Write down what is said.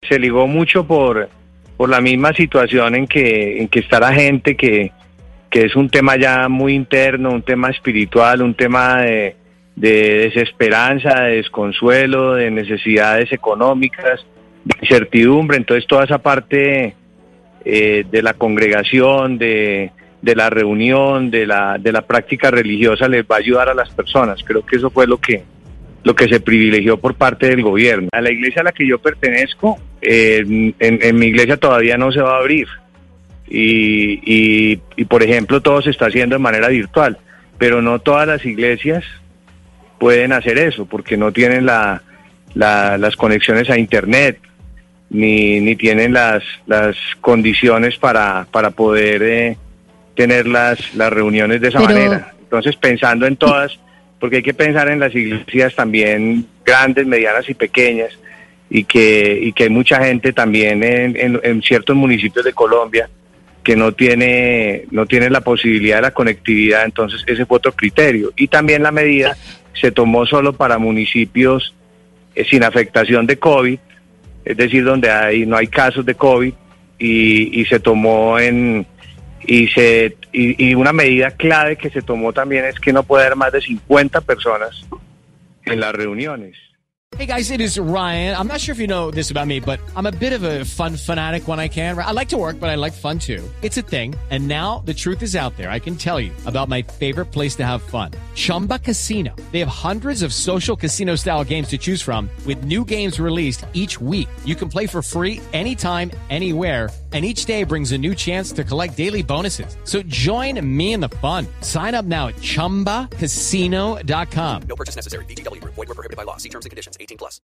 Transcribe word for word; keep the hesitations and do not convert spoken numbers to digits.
se ligó mucho por, por la misma situación en que, en que está la gente, que, que es un tema ya muy interno, un tema espiritual, un tema de, de desesperanza, de desconsuelo, de necesidades económicas, de incertidumbre. Entonces toda esa parte eh, de la congregación, de, de la reunión, de la, de la práctica religiosa les va a ayudar a las personas. Creo que eso fue lo que lo que se privilegió por parte del gobierno. A la iglesia a la que yo pertenezco, eh, en, en mi iglesia todavía no se va a abrir. Y, y, y, por ejemplo, todo se está haciendo de manera virtual. Pero no todas las iglesias pueden hacer eso, porque no tienen la, la, las conexiones a internet, ni, ni tienen las, las condiciones para, para poder eh, tener las, las reuniones de esa Pero... manera. Entonces, pensando en todas... porque hay que pensar en las iglesias también grandes, medianas y pequeñas, y que y que hay mucha gente también en, en, en ciertos municipios de Colombia que no tiene no tiene la posibilidad de la conectividad. Entonces ese fue otro criterio. Y también la medida se tomó solo para municipios eh, sin afectación de COVID, es decir, donde hay no hay casos de COVID, y, y se tomó en... Y, se, y, y una medida clave que se tomó también es que no puede haber más de cincuenta personas en las reuniones. Hey guys, it is Ryan. I'm not sure if you know this about me, but I'm a bit of a fun fanatic when I can. I like to work, but I like fun too. It's a thing. And now the truth is out there. I can tell you about my favorite place to have fun. Chumba Casino. They have hundreds of social casino style games to choose from with new games released each week. You can play for free anytime, anywhere. And each day brings a new chance to collect daily bonuses. So join me in the fun. Sign up now at chumba casino dot com. No purchase necessary. V G W Group. Void where prohibited by law. See terms and conditions. eighteen plus.